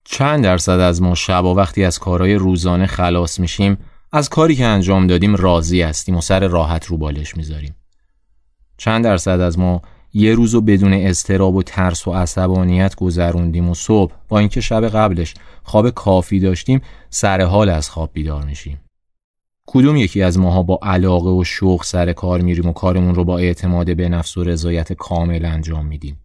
چند درصد از ما شبا وقتی از کارهای روزانه خلاص میشیم از کاری که انجام دادیم راضی هستیم و سر راحت رو بالش میذاریم؟ چند درصد از ما یه روزو بدون اضطراب و ترس و عصبانیت گذروندیم و صبح با اینکه شب قبلش خواب کافی داشتیم سر حال از خواب بیدار میشیم؟ کدوم یکی از ماها با علاقه و شوق سر کار میریم و کارمون رو با اعتماد به نفس و رضایت کامل انجام میدیم؟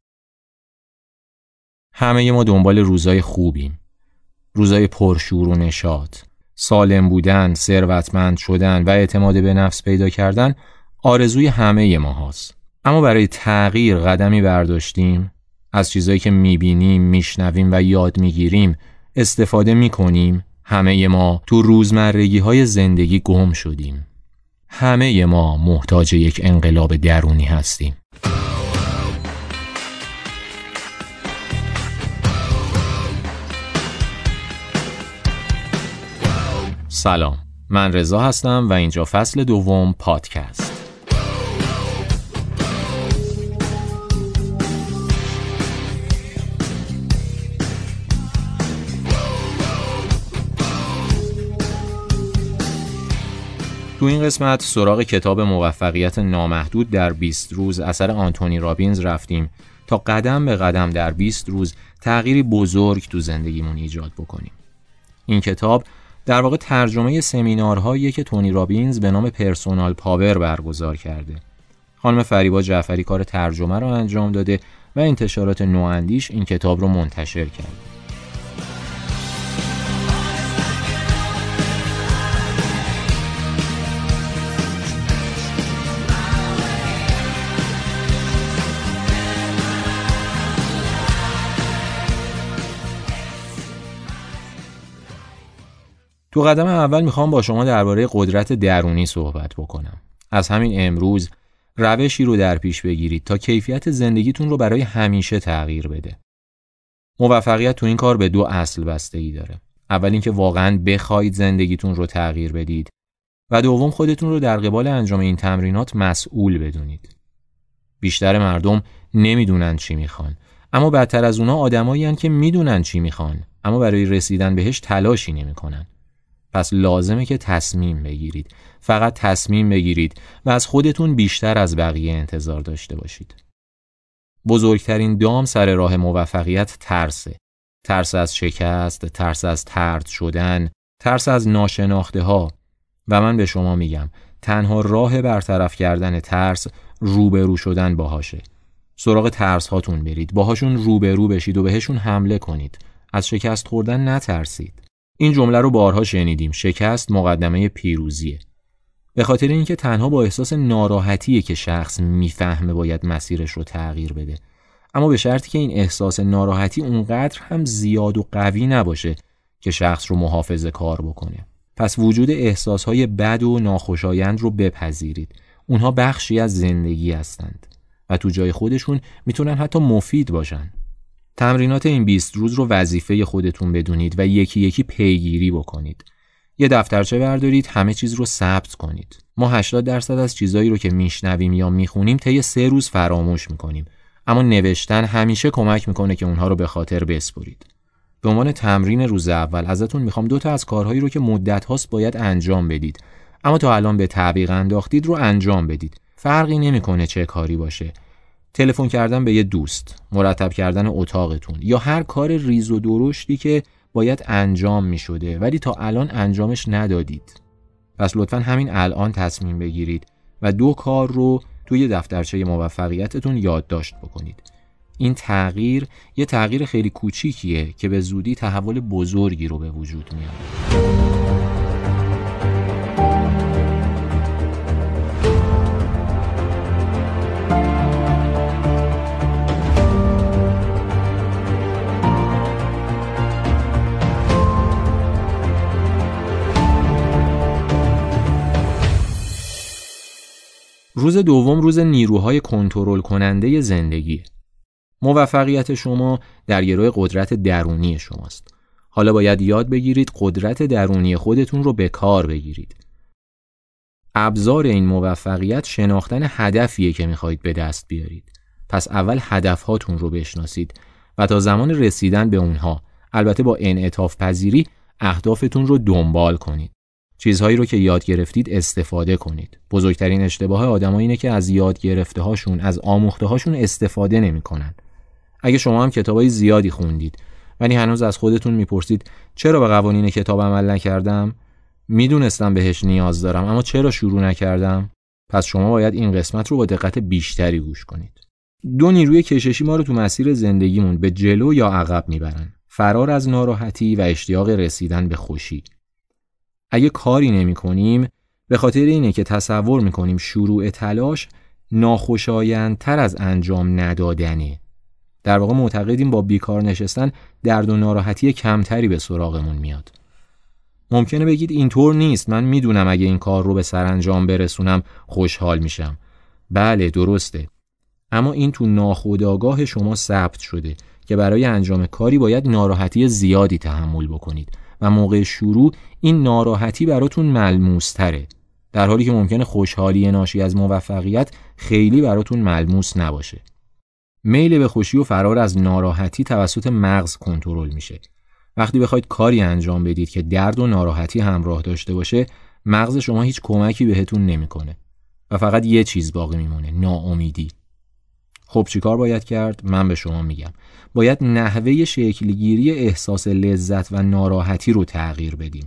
همه ما دنبال روزای خوبیم، روزای پرشور و نشاط. سالم بودن، ثروتمند شدن و اعتماد به نفس پیدا کردن آرزوی همه ما هاست. اما برای تغییر قدمی برداشتیم؟ از چیزایی که میبینیم، میشنویم و یاد میگیریم استفاده میکنیم؟ همه ما تو روزمرگی های زندگی گم شدیم. همه ما محتاج یک انقلاب درونی هستیم. سلام، من رضا هستم و اینجا فصل دوم پادکست. تو این قسمت سراغ کتاب موفقیت نامحدود در 20 روز اثر آنتونی رابینز رفتیم تا قدم به قدم در 20 روز تغییری بزرگ تو زندگیمون ایجاد بکنیم. این کتاب در واقع ترجمه سمینارهایی که تونی رابینز به نام پرسونال پاور برگزار کرده. خانم فریبا جعفری کار ترجمه رو انجام داده و انتشارات نواندیش این کتاب رو منتشر کرده. تو قدم اول میخوام با شما درباره قدرت درونی صحبت بکنم. از همین امروز روشی رو در پیش بگیرید تا کیفیت زندگیتون رو برای همیشه تغییر بده. موفقیت تو این کار به 2 اصل بستگی داره. اول اینکه واقعاً بخواید زندگیتون رو تغییر بدید و دوم خودتون رو در قبال انجام این تمرینات مسئول بدونید. بیشتر مردم نمیدونن چی میخوان، اما بدتر از اونا آدمایی هستن که میدونن چی میخوان اما برای رسیدن بهش تلاشی نمیکنن. پس لازمه که تصمیم بگیرید. فقط تصمیم بگیرید و از خودتون بیشتر از بقیه انتظار داشته باشید. بزرگترین دام سر راه موفقیت ترسه. ترس از شکست، ترس از طرد شدن، ترس از ناشناخته ها. و من به شما میگم تنها راه برطرف کردن ترس روبرو شدن باهاشه. سراغ ترس هاتون برید، باهاشون روبرو بشید و بهشون حمله کنید. از شکست خوردن نترسید. این جمله رو بارها شنیدیم. شکست مقدمه پیروزیه. به خاطر اینکه تنها با احساس ناراحتیه که شخص میفهمه باید مسیرش رو تغییر بده. اما به شرطی که این احساس ناراحتی اونقدر هم زیاد و قوی نباشه که شخص رو محافظه کار بکنه. پس وجود احساسهای بد و ناخوشایند رو بپذیرید. اونها بخشی از زندگی هستند و تو جای خودشون میتونن حتی مفید باشن. تمرینات این 20 روز رو وظیفه خودتون بدونید و یکی یکی پیگیری بکنید. یه دفترچه بردارید، همه چیز رو ثبت کنید. ما 80% از چیزایی رو که میشنویم یا میخونیم طی 3 روز فراموش میکنیم. اما نوشتن همیشه کمک میکنه که اونها رو به خاطر بسپرید. به عنوان تمرین روز اول ازتون میخوام 2 تا از کارهایی رو که مدت هاست باید انجام بدید اما تا الان به تعویق انداختید رو انجام بدید. فرقی نمیکنه چه کاری باشه. تلفن کردن به یه دوست، مرتب کردن اتاقتون یا هر کار ریز و درشتی که باید انجام می شده ولی تا الان انجامش ندادید. پس لطفاً همین الان تصمیم بگیرید و 2 کار رو توی دفترچه موفقیتتون یادداشت بکنید. این تغییر یه تغییر خیلی کوچیکیه که به زودی تحول بزرگی رو به وجود میاره. روز دوم روز نیروهای کنترل کننده زندگی. موفقیت شما در گروه قدرت درونی شماست. حالا باید یاد بگیرید قدرت درونی خودتون رو به کار بگیرید. ابزار این موفقیت شناختن هدفیه که میخواید به دست بیارید. پس اول هدفهاتون رو بشناسید و تا زمان رسیدن به اونها البته با انعطاف پذیری اهدافتون رو دنبال کنید. چیزهایی رو که یاد گرفتید استفاده کنید. بزرگترین اشتباه آدم‌ها اینه که از یاد گرفته هاشون، از آموخته هاشون استفاده نمی‌کنن. اگه شما هم کتابای زیادی خوندید ولی هنوز از خودتون میپرسید چرا به قوانین کتاب عمل نکردم؟ میدونستم بهش نیاز دارم اما چرا شروع نکردم؟ پس شما باید این قسمت رو با دقت بیشتری گوش کنید. 2 نیروی کششی ما رو تو مسیر زندگیمون به جلو یا عقب میبرن. فرار از ناراحتی و اشتیاق رسیدن به خوشی. اگه کاری نمی‌کنیم به خاطر اینه که تصور می‌کنیم شروع تلاش ناخوشایندتر از انجام ندادنه. در واقع معتقدیم با بیکار نشستن درد و ناراحتی کمتری به سراغمون میاد. ممکنه بگید اینطور نیست، من میدونم اگه این کار رو به سرانجام برسونم خوشحال میشم. بله درسته، اما این تو ناخودآگاه شما ثبت شده که برای انجام کاری باید ناراحتی زیادی تحمل بکنید و موقع شروع این ناراحتی براتون ملموس تره، در حالی که ممکنه خوشحالی ناشی از موفقیت خیلی براتون ملموس نباشه. میل به خوشی و فرار از ناراحتی توسط مغز کنترل میشه. وقتی بخواید کاری انجام بدید که درد و ناراحتی همراه داشته باشه، مغز شما هیچ کمکی بهتون نمیکنه و فقط یه چیز باقی میمونه، ناامیدی. خب چیکار باید کرد؟ من به شما میگم. باید نحوه شکلگیری احساس لذت و ناراحتی رو تغییر بدیم.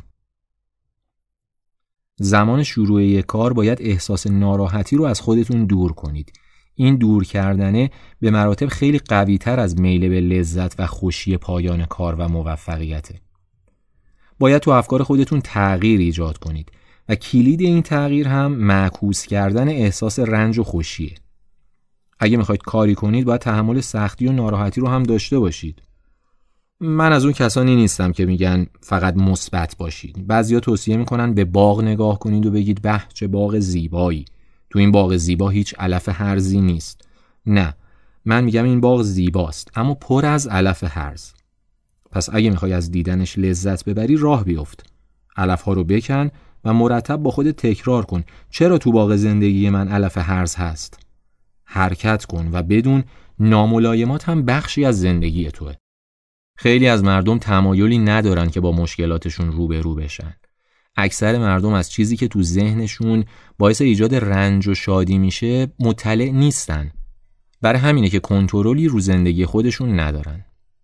زمان شروع یک کار باید احساس ناراحتی رو از خودتون دور کنید. این دور کردنه به مراتب خیلی قوی‌تر از میل به لذت و خوشی پایان کار و موفقیته. باید تو افکار خودتون تغییر ایجاد کنید و کلید این تغییر هم معکوس کردن احساس رنج و خوشیه. اگه میخواید کاری کنید باید تحمل سختی و ناراحتی رو هم داشته باشید. من از اون کسانی نیستم که میگن فقط مثبت باشید. بعضیا توصیه میکنن به باغ نگاه کنید و بگید به چه باغ زیبایی. تو این باغ زیبا هیچ علف هرزی نیست. نه، من میگم این باغ زیباست اما پر از علف هرز. پس اگه میخوای از دیدنش لذت ببری راه بیفت. علفها رو بکن و مرتب با خودت تکرار کن چرا تو باغ زندگی من علف هرز هست. حرکت کن و بدون ناملایمات هم بخشی از زندگی توه. خیلی از مردم تمایلی ندارن که با مشکلاتشون روبرو بشن. اکثر مردم از چیزی که تو ذهنشون باعث ایجاد رنج و شادی میشه مطلع نیستن. برای همینه که کنترلی رو زندگی خودشون ندارن.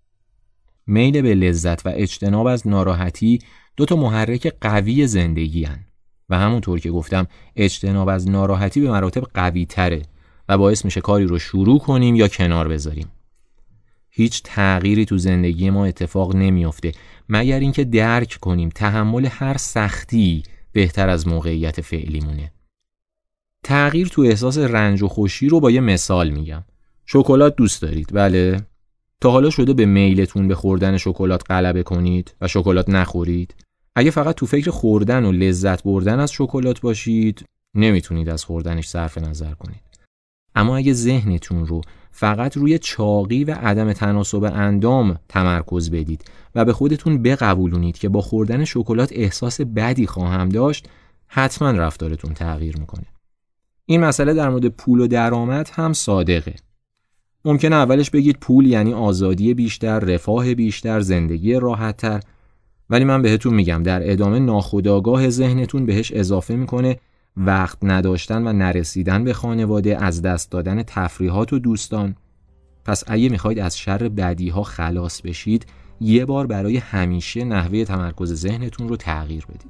میل به لذت و اجتناب از ناراحتی 2 محرک قوی زندگی هن. و همونطور که گفتم اجتناب از ناراحتی به مراتب قوی تره و باعث میشه کاری رو شروع کنیم یا کنار بذاریم. هیچ تغییری تو زندگی ما اتفاق نمیفته مگر اینکه درک کنیم تحمل هر سختی بهتر از موقعیت فعلیمونه. تغییر تو احساس رنج و خوشی رو با یه مثال میگم. شکلات دوست دارید، بله؟ تا حالا شده به میلتون به خوردن شکلات غلبه کنید و شکلات نخورید؟ اگه فقط تو فکر خوردن و لذت بردن از شکلات باشید، نمیتونید از خوردنش صرف نظر کنید. اما اگه ذهنتون رو فقط روی چاقی و عدم تناسب اندام تمرکز بدید و به خودتون بقبولونید که با خوردن شکلات احساس بدی خواهم داشت، حتما رفتارتون تغییر میکنه. این مسئله در مورد پول و درآمد هم صادقه. ممکنه اولش بگید پول یعنی آزادی بیشتر، رفاه بیشتر، زندگی راحت‌تر، ولی من بهتون میگم در ادامه ناخودآگاه ذهنتون بهش اضافه میکنه وقت نداشتن و نرسیدن به خانواده، از دست دادن تفریحات و دوستان. پس اگه میخواید از شر بدیها خلاص بشید، یه بار برای همیشه نحوه تمرکز ذهنتون رو تغییر بدید.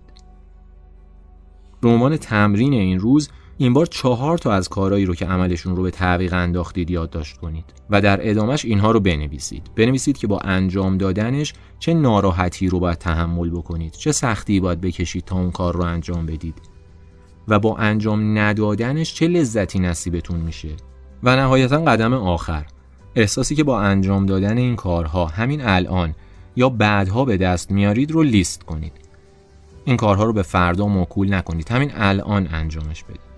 به عنوان تمرین این روز، این بار 4 تا از کارهایی رو که عملشون رو به تعویق انداختید یادداشت کنید و در ادامش اینها رو بنویسید. بنویسید که با انجام دادنش چه ناراحتی رو باید تحمل بکنید، چه سختی باید بکشید تا اون کار رو انجام بدید و با انجام ندادنش چه لذتی نصیبتون میشه. و نهایتاً قدم آخر، احساسی که با انجام دادن این کارها همین الان یا بعدها به دست میارید رو لیست کنید. این کارها رو به فردا موکول نکنید، همین الان انجامش بدید.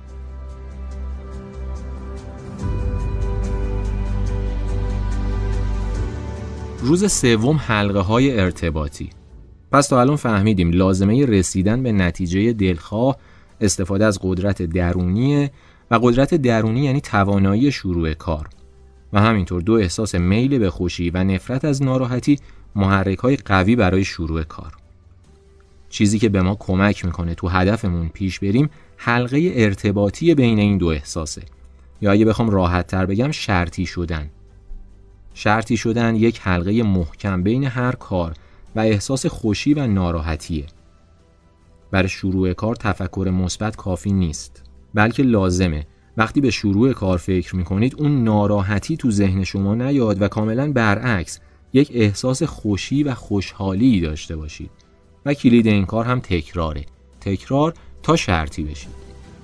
روز 3 حلقه های ارتباطی. پس تا الان فهمیدیم لازمه رسیدن به نتیجه دلخواه استفاده از قدرت درونیه و قدرت درونی یعنی توانایی شروع کار و همینطور 2 احساس میل به خوشی و نفرت از ناراحتی محرک‌های قوی برای شروع کار. چیزی که به ما کمک میکنه تو هدفمون پیش بریم حلقه ارتباطی بین این دو احساسه، یا اگه بخوام راحت تر بگم شرطی شدن. شرطی شدن یک حلقه محکم بین هر کار و احساس خوشی و ناراحتیه. برای شروع کار تفکر مثبت کافی نیست، بلکه لازمه وقتی به شروع کار فکر میکنید اون ناراحتی تو ذهن شما نیاد و کاملا برعکس یک احساس خوشی و خوشحالی داشته باشید. و کلید این کار هم تکراره. تکرار تا شرطی بشید.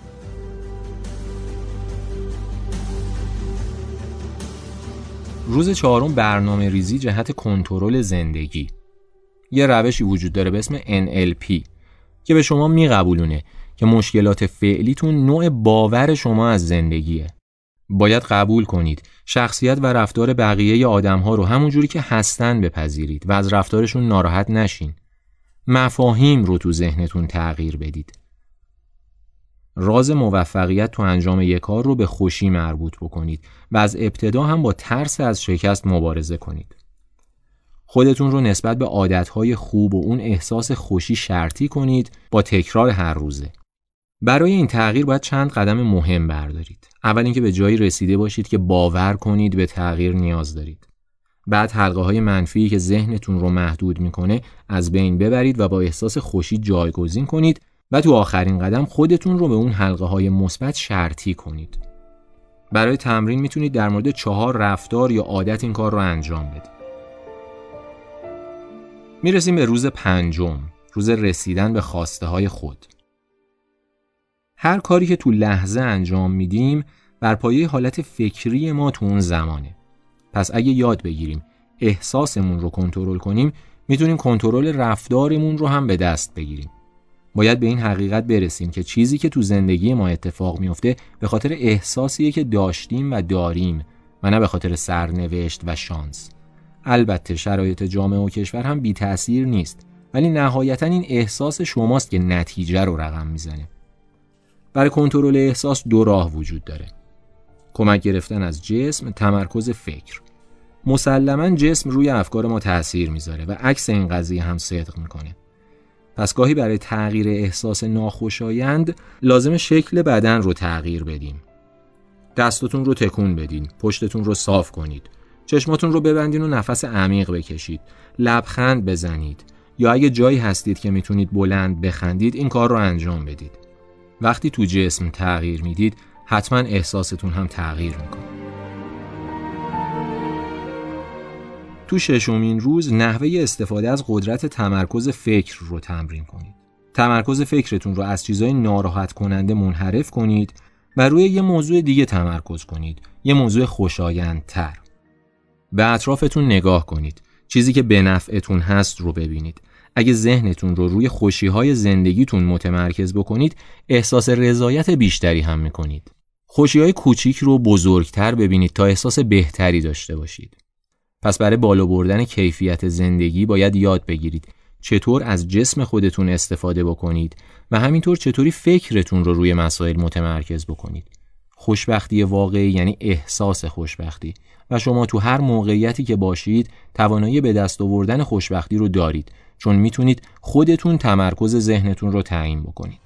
روز 4 برنامه ریزی جهت کنترل زندگی. یه روشی وجود داره به اسم NLP که به شما میقبولونه که مشکلات فعلیتون نوع باور شما از زندگیه. باید قبول کنید شخصیت و رفتار بقیه آدم‌ها رو همونجوری که هستن بپذیرید و از رفتارشون ناراحت نشین. مفاهیم رو تو ذهنتون تغییر بدید. راز موفقیت تو انجام یک کار رو به خوشی مربوط بکنید و از ابتدا هم با ترس از شکست مبارزه کنید. خودتون رو نسبت به عادتهای خوب و اون احساس خوشی شرطی کنید با تکرار هر روزه. برای این تغییر باید چند قدم مهم بردارید. اول اینکه به جایی رسیده باشید که باور کنید به تغییر نیاز دارید. بعد حلقه‌های منفی که ذهنتون رو محدود میکنه از بین ببرید و با احساس خوشی جایگزین کنید و تو آخرین قدم خودتون رو به اون حلقه‌های مثبت شرطی کنید. برای تمرین میتونید در مورد 4 رفتار یا عادت این کار رو انجام بدید. میرسیم به روز 5، روز رسیدن به خواسته های خود. هر کاری که تو لحظه انجام میدیم بر پایه حالت فکری ما تو اون زمانه. پس اگه یاد بگیریم احساسمون رو کنترل کنیم میتونیم کنترل رفتارمون رو هم به دست بگیریم. باید به این حقیقت برسیم که چیزی که تو زندگی ما اتفاق میفته به خاطر احساسیه که داشتیم و داریم و نه به خاطر سرنوشت و شانس. البته شرایط جامعه و کشور هم بی تأثیر نیست، ولی نهایتاً این احساس شماست که نتیجه رو رقم میزنه. برای کنترل احساس 2 راه وجود داره: کمک گرفتن از جسم، تمرکز فکر. مسلماً جسم روی افکار ما تأثیر میذاره و عکس این قضیه هم صدق میکنه. پس گاهی برای تغییر احساس ناخوشایند لازم شکل بدن رو تغییر بدیم. دستتون رو تکون بدین، پشتتون رو صاف کنید، چشماتون رو ببندین و نفس عمیق بکشید، لبخند بزنید، یا اگه جایی هستید که میتونید بلند بخندید این کار رو انجام بدید. وقتی تو جسم تغییر میدید حتما احساستون هم تغییر میکنه. تو 6مین روز نحوه استفاده از قدرت تمرکز فکر رو تمرین کنید. تمرکز فکرتون رو از چیزای ناراحت کننده منحرف کنید و روی یه موضوع دیگه تمرکز کنید، یه موضوع خوشایندتر. به اطرافتون نگاه کنید، چیزی که به نفعتون هست رو ببینید. اگه ذهنتون رو روی خوشی‌های زندگیتون متمرکز بکنید، احساس رضایت بیشتری هم می‌کنید. خوشی‌های کوچیک رو بزرگتر ببینید تا احساس بهتری داشته باشید. پس برای بالا بردن کیفیت زندگی باید یاد بگیرید چطور از جسم خودتون استفاده بکنید و همینطور چطوری فکرتون رو روی مسائل متمرکز بکنید. خوشبختی واقعی یعنی احساس خوشبختی و شما تو هر موقعیتی که باشید توانایی به دست آوردن خوشبختی رو دارید، چون میتونید خودتون تمرکز ذهنتون رو تعیین بکنید.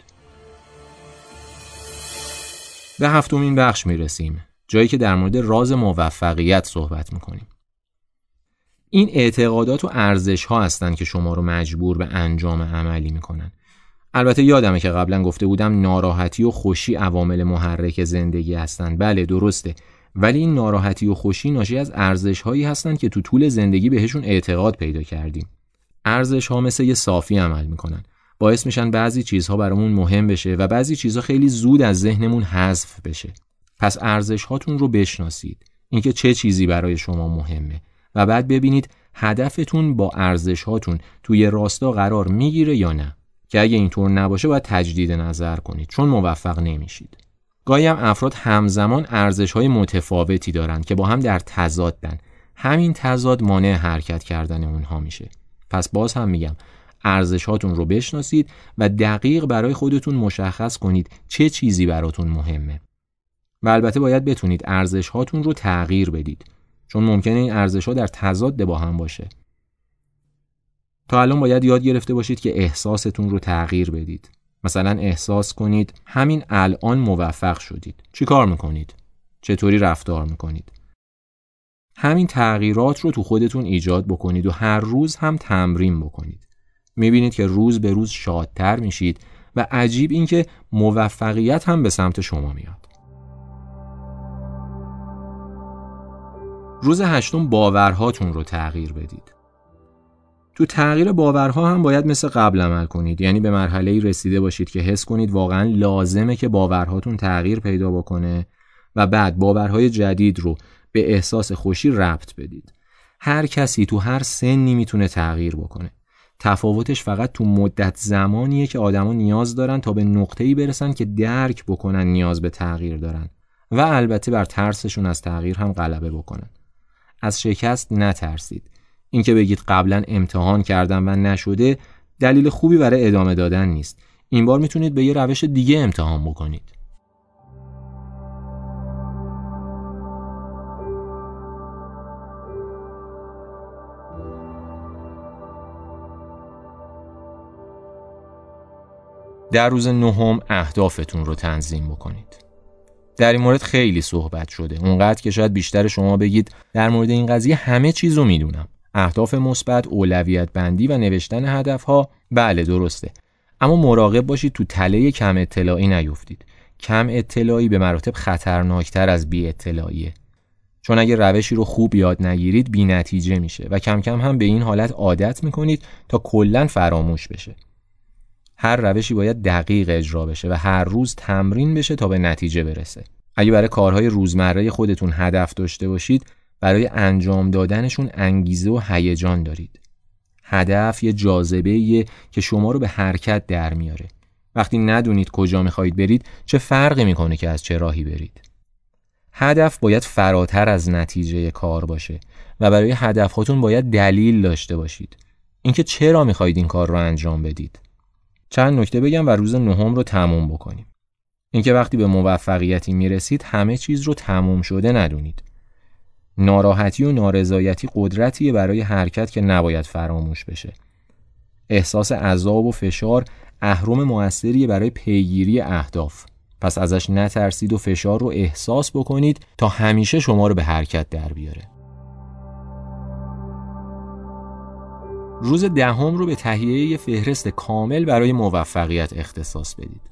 به 7مین بخش میرسیم، جایی که در مورد راز موفقیت صحبت میکنیم. این اعتقادات و ارزش ها هستن که شما رو مجبور به انجام عملی میکنن. البته یادمه که قبلا گفته بودم ناراحتی و خوشی عوامل محرک زندگی هستن. بله درسته، ولی این ناراحتی و خوشی ناشی از ارزش هایی هستن که تو طول زندگی بهشون اعتقاد پیدا کردیم. ارزش ها مثل یه صافی عمل میکنن، باعث میشن بعضی چیزها برامون مهم بشه و بعضی چیزها خیلی زود از ذهنمون حذف بشه. پس ارزش هاتون رو بشناسید، اینکه چه چیزی برای شما مهمه و بعد ببینید هدفتون با ارزش هاتون توی راستا قرار میگیره یا نه. که اگه اینطور نباشه باید تجدید نظر کنید، چون موفق نمیشید. گاهی هم افراد همزمان ارزش‌های متفاوتی دارن که با هم در تضادن. همین تضاد مانع حرکت کردن اونها میشه. پس باز هم میگم ارزش‌هاتون رو بشناسید و دقیق برای خودتون مشخص کنید چه چیزی براتون مهمه. و البته باید بتونید ارزش‌هاتون رو تغییر بدید، چون ممکنه این ارزش‌ها در تضاد با هم باشه. تا الان باید یاد گرفته باشید که احساستون رو تغییر بدید. مثلا احساس کنید همین الان موفق شدید. چی کار میکنید؟ چطوری رفتار میکنید؟ همین تغییرات رو تو خودتون ایجاد بکنید و هر روز هم تمرین بکنید. میبینید که روز به روز شادتر میشید و عجیب این که موفقیت هم به سمت شما میاد. روز 8 باورهاتون رو تغییر بدید. تو تغییر باورها هم باید مثل قبل عمل کنید. یعنی به مرحله‌ای رسیده باشید که حس کنید واقعا لازمه که باورهاتون تغییر پیدا بکنه و بعد باورهای جدید رو به احساس خوشی ربط بدید. هر کسی تو هر سنی میتونه تغییر بکنه. تفاوتش فقط تو مدت زمانیه که آدما نیاز دارن تا به نقطه‌ای برسن که درک بکنن نیاز به تغییر دارن و البته بر ترسشون از تغییر هم غلبه بکنن. از شکست نترسید. اینکه بگید قبلا امتحان کردم و نشده دلیل خوبی برای ادامه دادن نیست. این بار میتونید به یه روش دیگه امتحان بکنید. در روز 9 اهدافتون رو تنظیم بکنید. در این مورد خیلی صحبت شده. اونقدر که شاید بیشتر شما بگید در مورد این قضیه همه چیز رو میدونم. اهداف مثبت، اولویت بندی و نوشتن هدفها، بله درسته. اما مراقب باشید تو تله کم اطلاعی نیفتید. کم اطلاعی به مراتب خطرناکتر از بی اطلاعیه. چون اگه روشی رو خوب یاد نگیرید بی نتیجه میشه و کم کم هم به این حالت عادت میکنید تا کلاً فراموش بشه. هر روشی باید دقیق اجرا بشه و هر روز تمرین بشه تا به نتیجه برسه. اگه برای کارهای روزمره خودتون هدف داشته باشید، برای انجام دادنشون انگیزه و هیجان دارید. هدف یه جاذبه‌ایه که شما رو به حرکت در میاره. وقتی ندونید کجا میخواید برید، چه فرقی میکنه که از چه راهی برید؟ هدف باید فراتر از نتیجه کار باشه و برای هدفاتون باید دلیل داشته باشید. اینکه چرا میخواید این کار رو انجام بدید. چند نکته بگم و روز 9 رو تموم بکنیم. اینکه وقتی به موفقیتی میرسید همه چیز رو تموم شده ندونید. ناراحتی و نارضایتی قدرتیه برای حرکت که نباید فراموش بشه. احساس عذاب و فشار اهرم موثریه برای پیگیری اهداف. پس ازش نترسید و فشار رو احساس بکنید تا همیشه شما رو به حرکت در بیاره. روز 10 رو به تهیه یه فهرست کامل برای موفقیت اختصاص بدید.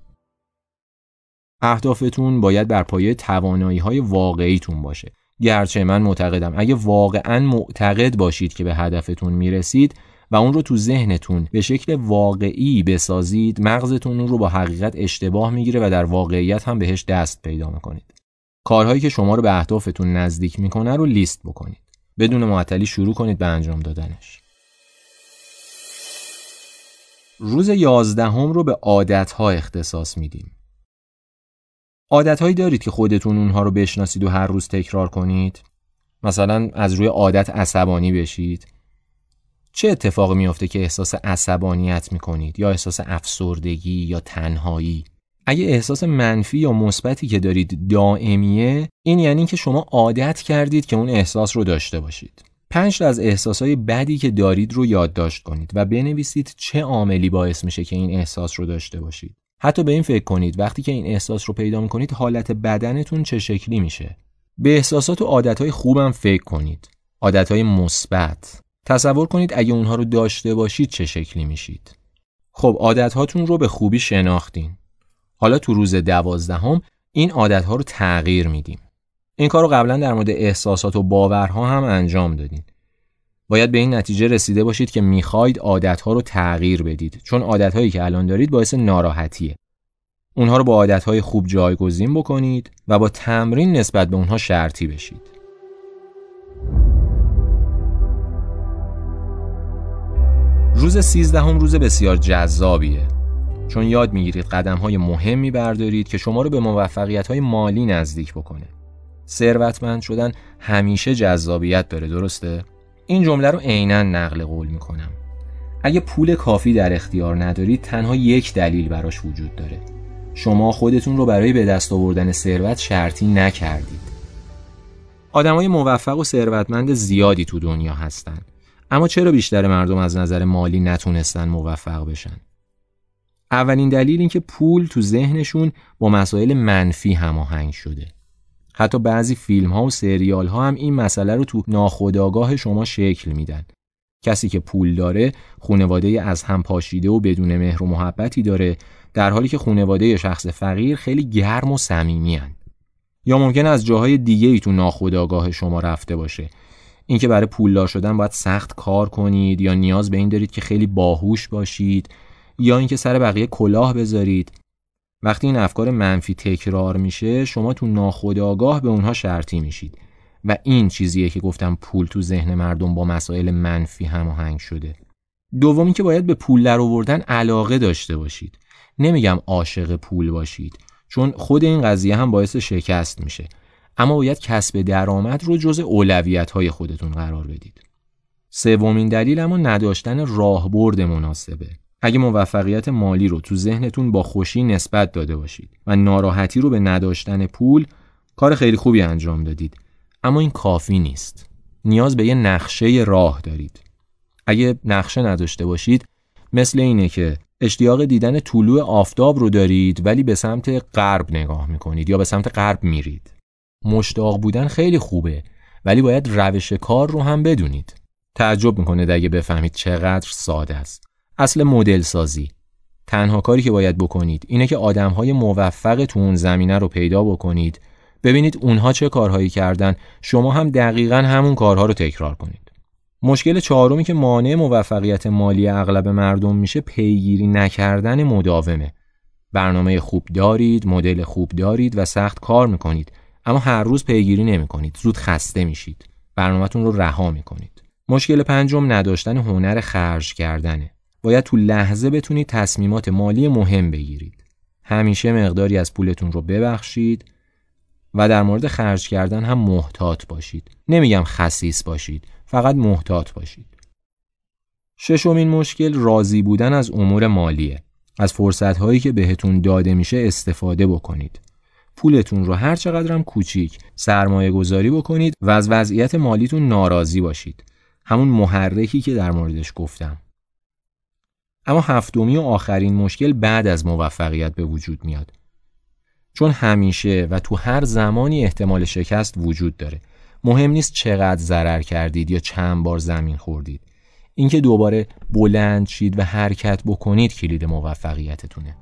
اهدافتون باید بر پایه توانایی‌های واقعیتون باشه. گرچه من معتقدم اگه واقعاً معتقد باشید که به هدفتون میرسید و اون رو تو ذهنتون به شکل واقعی بسازید، مغزتون اون رو با حقیقت اشتباه میگیره و در واقعیت هم بهش دست پیدا میکنید. کارهایی که شما رو به اهدافتون نزدیک میکنه رو لیست بکنید. بدون معطلی شروع کنید به انجام دادنش. روز 11 رو به عادت‌ها اختصاص میدیم. عادت‌هایی دارید که خودتون اونها رو بشناسید و هر روز تکرار کنید؟ مثلا از روی عادت عصبانی بشید. چه اتفاقی میفته که احساس عصبانیت میکنید یا احساس افسردگی یا تنهایی؟ اگه احساس منفی یا مثبتی که دارید دائمیه، این یعنی که شما عادت کردید که اون احساس رو داشته باشید. 5 تا از احساسهای بدی که دارید رو یادداشت کنید و بنویسید چه عاملی باعث میشه که این احساس رو داشته باشید. حتی به این فکر کنید وقتی که این احساس رو پیدا میکنید حالت بدنتون چه شکلی میشه. به احساسات و عادتهای خوبم فکر کنید. عادتهای مثبت. تصور کنید اگه اونها رو داشته باشید چه شکلی میشید. خب عادتهاتون رو به خوبی شناختین. حالا تو روز 12 این عادتها رو تغییر میدیم. این کار رو قبلا در مورد احساسات و باورها هم انجام دادین. باید به این نتیجه رسیده باشید که میخواید عادتها رو تغییر بدید، چون عادتهایی که الان دارید باعث ناراحتیه. اونها رو با عادتهای خوب جایگزین بکنید و با تمرین نسبت به اونها شرطی بشید. روز 13 روز بسیار جذابیه، چون یاد میگیرید قدم‌های مهمی بردارید که شما رو به موفقیت‌های مالی نزدیک بکنه. ثروتمند شدن همیشه جذابیت داره، درسته؟ این جمله رو عیناً نقل قول میکنم. اگه پول کافی در اختیار ندارید تنها یک دلیل براش وجود داره. شما خودتون رو برای به دست آوردن ثروت شرطی نکردید. آدمای موفق و ثروتمند زیادی تو دنیا هستن، اما چرا بیشتر مردم از نظر مالی نتونستن موفق بشن؟ اولین دلیل این که پول تو ذهنشون با مسائل منفی هماهنگ شده. حتی بعضی فیلم‌ها و سریال‌ها هم این مسئله رو تو ناخودآگاه شما شکل میدن. کسی که پول داره خانواده از هم پاشیده و بدون مهر و محبتی داره، در حالی که خانواده شخص فقیر خیلی گرم و صمیمی‌اند. یا ممکن از جاهای دیگه‌ای تو ناخودآگاه شما رفته باشه. اینکه برای پولدار شدن باید سخت کار کنید، یا نیاز به این دارید که خیلی باهوش باشید، یا اینکه سر بقیه کلاه بذارید. وقتی این افکار منفی تکرار میشه، شما تو ناخودآگاه به اونها شرطی میشید و این چیزیه که گفتم پول تو ذهن مردم با مسائل منفی هماهنگ شده. دومی که باید به پول درآوردن علاقه داشته باشید. نمیگم عاشق پول باشید، چون خود این قضیه هم باعث شکست میشه، اما باید کسب درآمد رو جز اولویت‌های خودتون قرار بدید. سومین دلیل اما نداشتن راهبرد مناسبه. اگه موفقیت مالی رو تو ذهنتون با خوشی نسبت داده باشید و ناراحتی رو به نداشتن پول، کار خیلی خوبی انجام دادید، اما این کافی نیست. نیاز به یه نقشه راه دارید. اگه نقشه نداشته باشید، مثل اینه که اشتیاق دیدن طلوع آفتاب رو دارید ولی به سمت غرب نگاه میکنید یا به سمت غرب میرید. مشتاق بودن خیلی خوبه، ولی باید روش کار رو هم بدونید. تعجب میکنه اگه بفهمید چقدر ساده است. اصل مدل سازی. تنها کاری که باید بکنید اینه که آدم‌های موفق تو اون زمینه رو پیدا بکنید، ببینید اونها چه کارهایی کردن، شما هم دقیقاً همون کارها رو تکرار کنید. مشکل چهارمی که مانع موفقیت مالی اغلب مردم میشه پیگیری نکردن مداومه. برنامه خوب دارید، مدل خوب دارید و سخت کار میکنید، اما هر روز پیگیری نمیکنید، زود خسته میشید، برنامه‌تون رو رها میکنید. مشکل پنجم نداشتن هنر خرج کردنه. باید تو لحظه بتونید تصمیمات مالی مهم بگیرید. همیشه مقداری از پولتون رو ببخشید و در مورد خرج کردن هم محتاط باشید. نمیگم خسیس باشید، فقط محتاط باشید. ششمین مشکل راضی بودن از امور مالیه. از فرصت‌هایی که بهتون داده میشه استفاده بکنید. پولتون رو هر چقدر هم کوچیک سرمایه گذاری بکنید و از وضعیت مالیتون ناراضی باشید. همون محرکی که در موردش گفتم. اما هفتمی و آخرین مشکل بعد از موفقیت به وجود میاد. چون همیشه و تو هر زمانی احتمال شکست وجود داره. مهم نیست چقدر ضرر کردید یا چند بار زمین خوردید. اینکه دوباره بلند شید و حرکت بکنید کلید موفقیتتونه.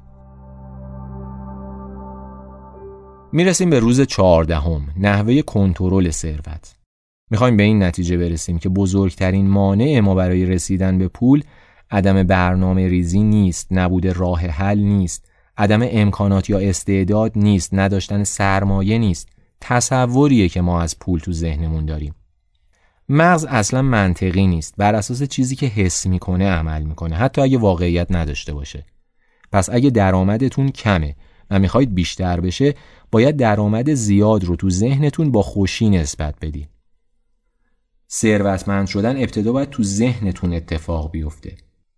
میرسیم به روز 14، نحوه کنترل ثروت. میخوایم به این نتیجه برسیم که بزرگترین مانع ما برای رسیدن به پول عدم برنامه ریزی نیست، نبود راه حل نیست، عدم امکانات یا استعداد نیست، نداشتن سرمایه نیست، تصوریه که ما از پول تو ذهنمون داریم. مغز اصلا منطقی نیست، بر اساس چیزی که حس میکنه عمل میکنه، حتی اگه واقعیت نداشته باشه. پس اگه درآمدتون کمه و میخواید بیشتر بشه، باید درآمد زیاد رو تو ذهنتون با خوشی نسبت بدید. ثروتمند شدن ابتدا باید تو ذهنتون اتفاق بیفته.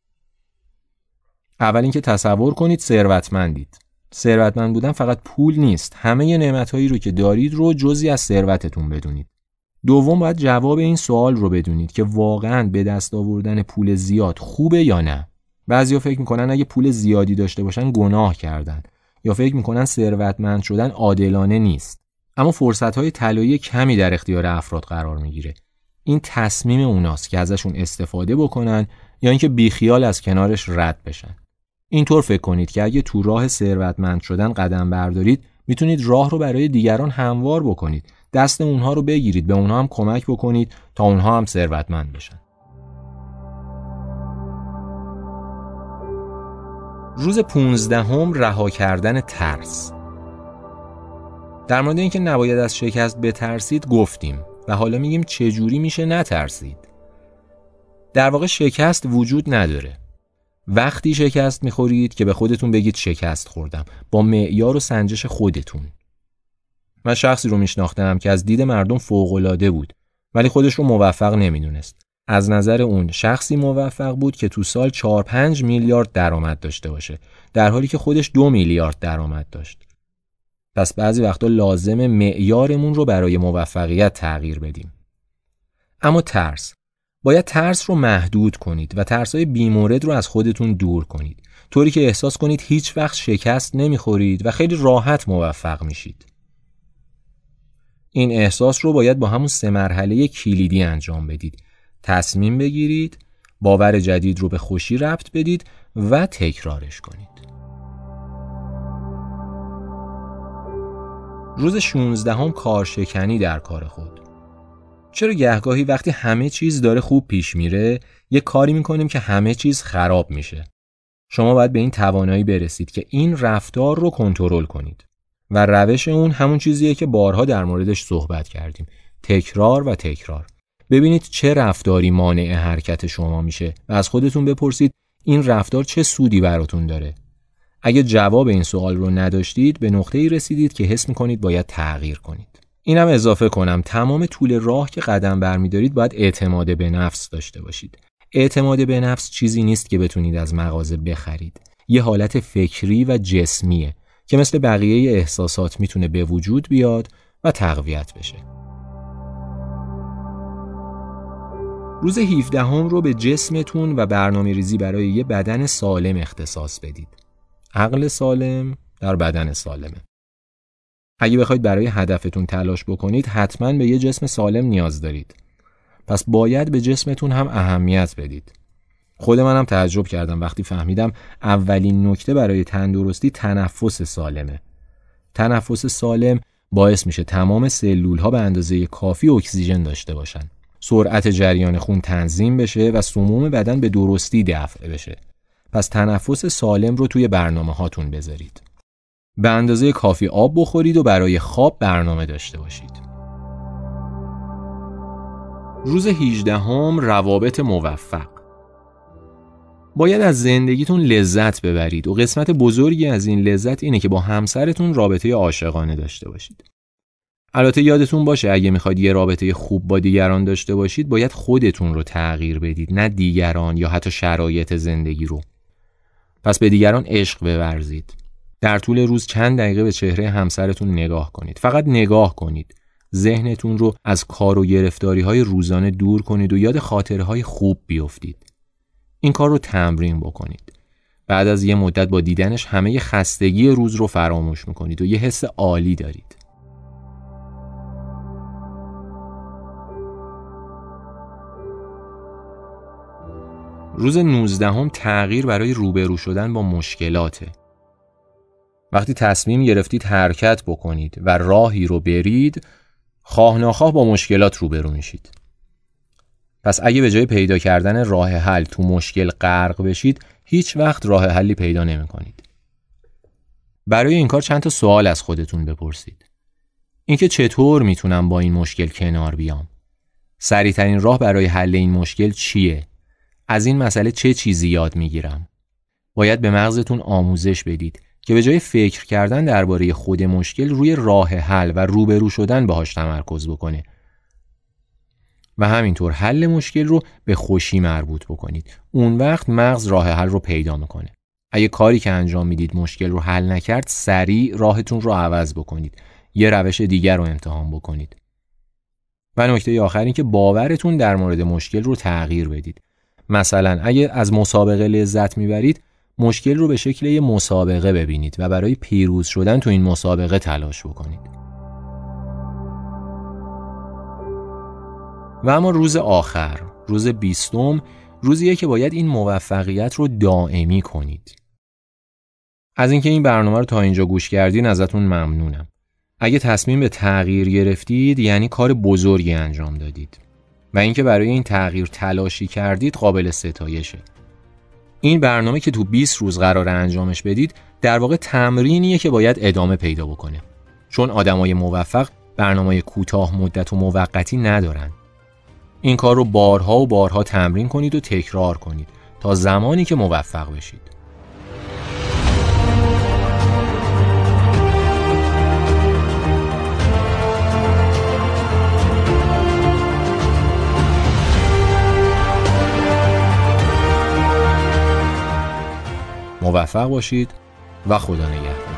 اول اینکه تصور کنید ثروتمندید. ثروتمند بودن فقط پول نیست، همه نعمتایی رو که دارید رو جزئی از ثروتتون بدونید. دوم باید جواب این سوال رو بدونید که واقعاً به دست آوردن پول زیاد خوبه یا نه. بعضیا فکر میکنن اگه پول زیادی داشته باشن گناه کردن، یا فکر میکنن ثروتمند شدن عادلانه نیست. اما فرصت‌های طلایی کمی در اختیار افراد قرار میگیره. این تصمیم اوناست که ازشون استفاده بکنن یا اینکه بیخیال از کنارش رد بشن. اینطور فکر کنید که اگه تو راه ثروتمند شدن قدم بردارید، میتونید راه رو برای دیگران هموار بکنید. دست اونها رو بگیرید، به اونها هم کمک بکنید تا اونها هم ثروتمند بشن. روز 15 رها کردن ترس. در مورد اینکه نباید از شکست بترسید گفتیم و حالا میگیم چجوری میشه نترسید. در واقع شکست وجود نداره. وقتی شکست میخورید که به خودتون بگید شکست خوردم، با معیار و سنجش خودتون. من شخصی رو میشناختم که از دید مردم فوق‌العاده بود، ولی خودش رو موفق نمیدونست. از نظر اون شخصی موفق بود که تو سال 4-5 میلیارد درآمد داشته باشه، در حالی که خودش 2 میلیارد درآمد داشت. پس بعضی وقتا لازمه معیارمون رو برای موفقیت تغییر بدیم. اما ترس باید ترس رو محدود کنید و ترس‌های بی‌مورد رو از خودتون دور کنید، طوری که احساس کنید هیچ وقت شکست نمی‌خورید و خیلی راحت موفق میشید. این احساس رو باید با همون 3 مرحله کلیدی انجام بدید. تصمیم بگیرید، باور جدید رو به خوشی ربط بدید و تکرارش کنید. روز 16 کارشکنی در کار خود. چرا گهگاهی وقتی همه چیز داره خوب پیش میره، یه کاری میکنیم که همه چیز خراب میشه؟ شما باید به این توانایی برسید که این رفتار رو کنترل کنید و روش اون همون چیزیه که بارها در موردش صحبت کردیم. تکرار و تکرار. ببینید چه رفتاری مانع حرکت شما میشه و از خودتون بپرسید این رفتار چه سودی براتون داره. اگه جواب این سوال رو نداشتید به نقطه‌ای رسیدید که حس می‌کنید باید تغییر کنید. اینم اضافه کنم تمام طول راه که قدم برمی‌دارید باید اعتماد به نفس داشته باشید. اعتماد به نفس چیزی نیست که بتونید از مغازه بخرید. یه حالت فکری و جسمیه که مثل بقیه احساسات میتونه به وجود بیاد و تقویت بشه. روز 17 رو به جسمتون و برنامه‌ریزی برای یه بدن سالم اختصاص بدید. عقل سالم در بدن سالمه. اگه بخواید برای هدفتون تلاش بکنید حتما به یه جسم سالم نیاز دارید. پس باید به جسمتون هم اهمیت بدید. خود منم تعجب کردم وقتی فهمیدم اولین نکته برای تندرستی تنفس سالمه. تنفس سالم باعث میشه تمام سلول‌ها به اندازه کافی اکسیژن داشته باشن. سرعت جریان خون تنظیم بشه و سموم بدن به درستی دفع بشه. پس تنفس سالم رو توی برنامه هاتون بذارید. به اندازه کافی آب بخورید و برای خواب برنامه داشته باشید. روز 18 روابط موفق. باید از زندگیتون لذت ببرید و قسمت بزرگی از این لذت اینه که با همسرتون رابطه عاشقانه داشته باشید. البته یادتون باشه اگه میخواید یه رابطه خوب با دیگران داشته باشید باید خودتون رو تغییر بدید، نه دیگران یا حتی شرایط زندگی رو. پس به دیگران عشق بورزید. در طول روز چند دقیقه به چهره همسرتون نگاه کنید. فقط نگاه کنید. ذهنتون رو از کار و گرفتاری‌های روزانه دور کنید و یاد خاطره‌های خوب بیفتید. این کار رو تمرین بکنید. بعد از یه مدت با دیدنش همه خستگی روز رو فراموش می‌کنید و یه حس عالی دارید. روز 19 تغییر برای روبرو شدن با مشکلاته. وقتی تصمیم گرفتید حرکت بکنید و راهی رو برید، خواه ناخواه با مشکلات روبرو میشید. پس اگه به جای پیدا کردن راه حل تو مشکل غرق بشید، هیچ وقت راه حلی پیدا نمی‌کنید. برای این کار چند تا سوال از خودتون بپرسید. اینکه چطور میتونم با این مشکل کنار بیام؟ سریع‌ترین راه برای حل این مشکل چیه؟ از این مسئله چه چیزی یاد میگیرم؟ باید به مغزتون آموزش بدید که به جای فکر کردن درباره خود مشکل روی راه حل و روبرو شدن باهاش تمرکز بکنه. و همینطور حل مشکل رو به خوشی مربوط بکنید. اون وقت مغز راه حل رو پیدا میکنه. اگه کاری که انجام میدید مشکل رو حل نکرد، سریع راهتون رو عوض بکنید. یه روش دیگر رو امتحان بکنید. و نکته آخر این که باورتون در مورد مشکل رو تغییر بدید. مثلا اگه از مسابقه لذت میبرید، مشکل رو به شکل یه مسابقه ببینید و برای پیروز شدن تو این مسابقه تلاش بکنید. و اما روز آخر، روز 20، روزیه که باید این موفقیت رو دائمی کنید. از اینکه این برنامه رو تا اینجا گوش کردین ازتون ممنونم. اگه تصمیم به تغییر گرفتید یعنی کار بزرگی انجام دادید. و اینکه برای این تغییر تلاشی کردید قابل ستایشه. این برنامه که تو 20 روز قراره انجامش بدید در واقع تمرینیه که باید ادامه پیدا بکنه. چون آدمای موفق برنامه کوتاه مدت و موقتی ندارن. این کار رو بارها و بارها تمرین کنید و تکرار کنید تا زمانی که موفق بشید. موفق باشید و خدا نگهدار.